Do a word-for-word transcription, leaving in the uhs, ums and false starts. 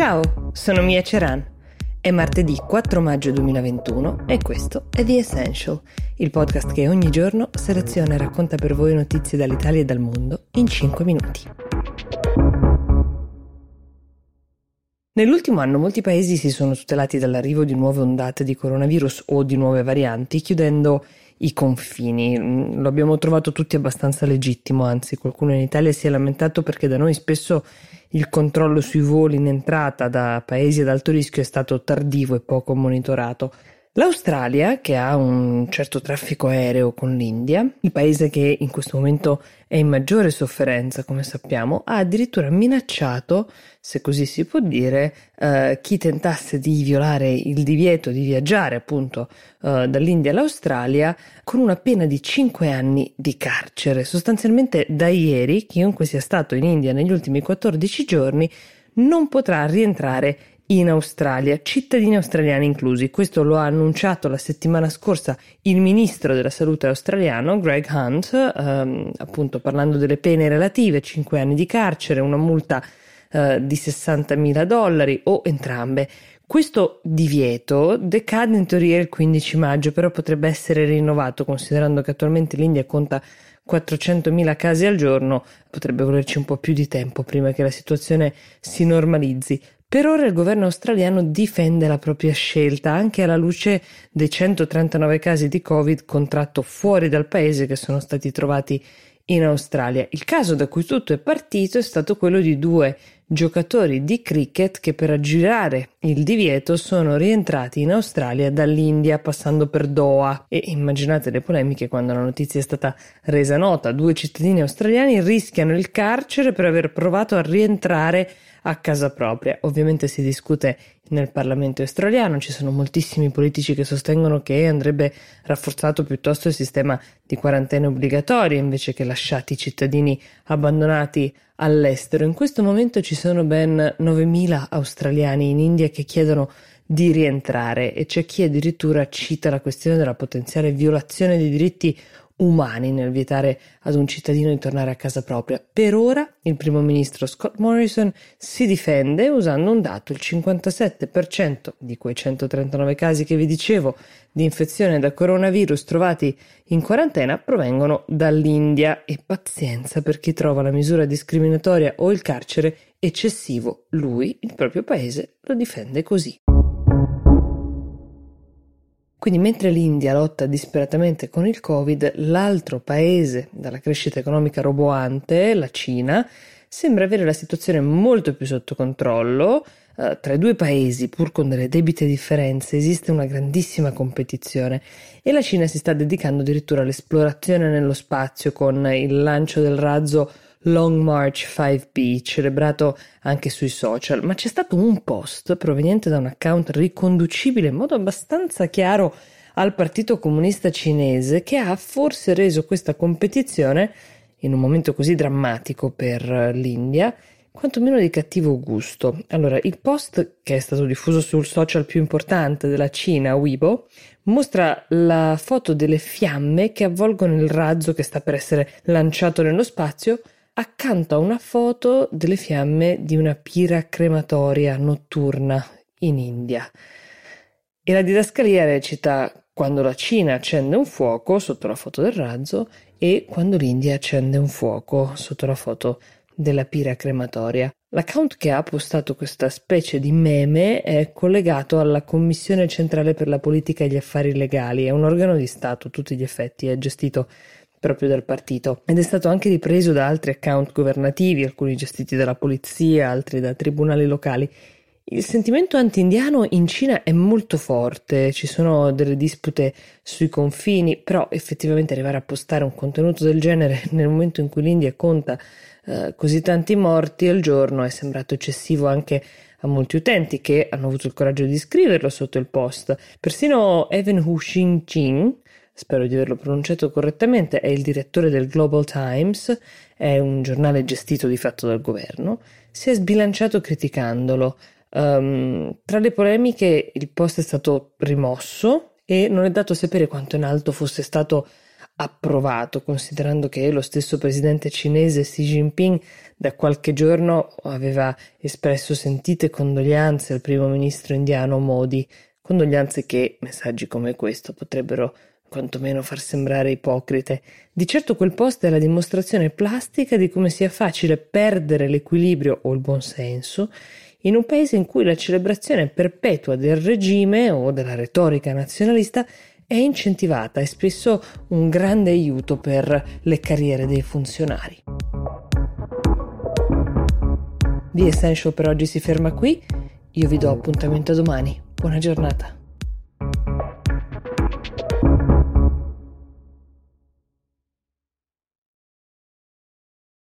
Ciao, sono Mia Ceran. È martedì quattro maggio duemilaventuno e questo è The Essential, il podcast che ogni giorno seleziona e racconta per voi notizie dall'Italia e dal mondo in cinque minuti. Nell'ultimo anno molti paesi si sono tutelati dall'arrivo di nuove ondate di coronavirus o di nuove varianti, chiudendo i confini. Lo abbiamo trovato tutti abbastanza legittimo, anzi qualcuno in Italia si è lamentato perché da noi spesso il controllo sui voli in entrata da paesi ad alto rischio è stato tardivo e poco monitorato. L'Australia, che ha un certo traffico aereo con l'India, il paese che in questo momento è in maggiore sofferenza, come sappiamo, ha addirittura minacciato, se così si può dire, eh, chi tentasse di violare il divieto di viaggiare appunto eh, dall'India all'Australia con una pena di cinque anni di carcere. Sostanzialmente da ieri chiunque sia stato in India negli ultimi quattordici giorni non potrà rientrare in Australia, cittadini australiani inclusi. Questo lo ha annunciato la settimana scorsa il ministro della salute australiano Greg Hunt, ehm, appunto parlando delle pene relative, cinque anni di carcere, una multa eh, di sessantamila dollari o entrambe. Questo divieto decade in teoria il quindici maggio, però potrebbe essere rinnovato considerando che attualmente l'India conta quattrocentomila casi al giorno, potrebbe volerci un po' più di tempo prima che la situazione si normalizzi. Per ora il governo australiano difende la propria scelta, anche alla luce dei centotrentanove casi di Covid contratto fuori dal paese che sono stati trovati in Australia. Il caso da cui tutto è partito è stato quello di due giocatori di cricket che per aggirare il divieto sono rientrati in Australia dall'India passando per Doha, e immaginate le polemiche quando la notizia è stata resa nota. Due cittadini australiani rischiano il carcere per aver provato a rientrare a casa propria. Ovviamente si discute nel Parlamento australiano, ci sono moltissimi politici che sostengono che andrebbe rafforzato piuttosto il sistema di quarantene obbligatorie invece che lasciati i cittadini abbandonati all'estero. In questo momento ci sono ben novemila australiani in India che chiedono di rientrare e c'è chi addirittura cita la questione della potenziale violazione dei diritti umani nel vietare ad un cittadino di tornare a casa propria. Per ora il primo ministro Scott Morrison si difende usando un dato: il cinquantasette per cento di quei centotrentanove casi che vi dicevo di infezione da coronavirus trovati in quarantena provengono dall'India, e pazienza per chi trova la misura discriminatoria o il carcere eccessivo. Lui, il proprio paese, lo difende così. Quindi mentre l'India lotta disperatamente con il Covid, l'altro paese dalla crescita economica roboante, la Cina, sembra avere la situazione molto più sotto controllo. Uh, tra i due paesi, pur con delle debite differenze, esiste una grandissima competizione e la Cina si sta dedicando addirittura all'esplorazione nello spazio con il lancio del razzo Long March cinque B, celebrato anche sui social. Ma c'è stato un post proveniente da un account riconducibile in modo abbastanza chiaro al Partito Comunista Cinese che ha forse reso questa competizione, in un momento così drammatico per l'India, quantomeno di cattivo gusto. Allora, il post, che è stato diffuso sul social più importante della Cina, Weibo, mostra la foto delle fiamme che avvolgono il razzo che sta per essere lanciato nello spazio, accanto a una foto delle fiamme di una pira crematoria notturna in India. E la didascalia recita: quando la Cina accende un fuoco sotto la foto del razzo e quando l'India accende un fuoco sotto la foto della pira crematoria. L'account che ha postato questa specie di meme è collegato alla Commissione Centrale per la Politica e gli Affari Legali, è un organo di Stato a tutti gli effetti, è gestito proprio dal partito ed è stato anche ripreso da altri account governativi, alcuni gestiti dalla polizia, altri da tribunali locali. Il sentimento anti-indiano in Cina è molto forte, ci sono delle dispute sui confini, però effettivamente arrivare a postare un contenuto del genere nel momento in cui l'India conta eh, così tanti morti al giorno è sembrato eccessivo anche a molti utenti che hanno avuto il coraggio di scriverlo sotto il post. Persino Evan Hu Xin-Jing, spero di averlo pronunciato correttamente, è il direttore del Global Times, è un giornale gestito di fatto dal governo, si è sbilanciato criticandolo. Um, tra le polemiche il post è stato rimosso e non è dato sapere quanto in alto fosse stato approvato, considerando che lo stesso presidente cinese Xi Jinping da qualche giorno aveva espresso sentite condoglianze al primo ministro indiano Modi, condoglianze che messaggi come questo potrebbero quantomeno far sembrare ipocrite. Di certo quel post è la dimostrazione plastica di come sia facile perdere l'equilibrio o il buonsenso in un paese in cui la celebrazione perpetua del regime o della retorica nazionalista è incentivata e spesso un grande aiuto per le carriere dei funzionari. The Essential per oggi si ferma qui, io vi do appuntamento a domani, buona giornata.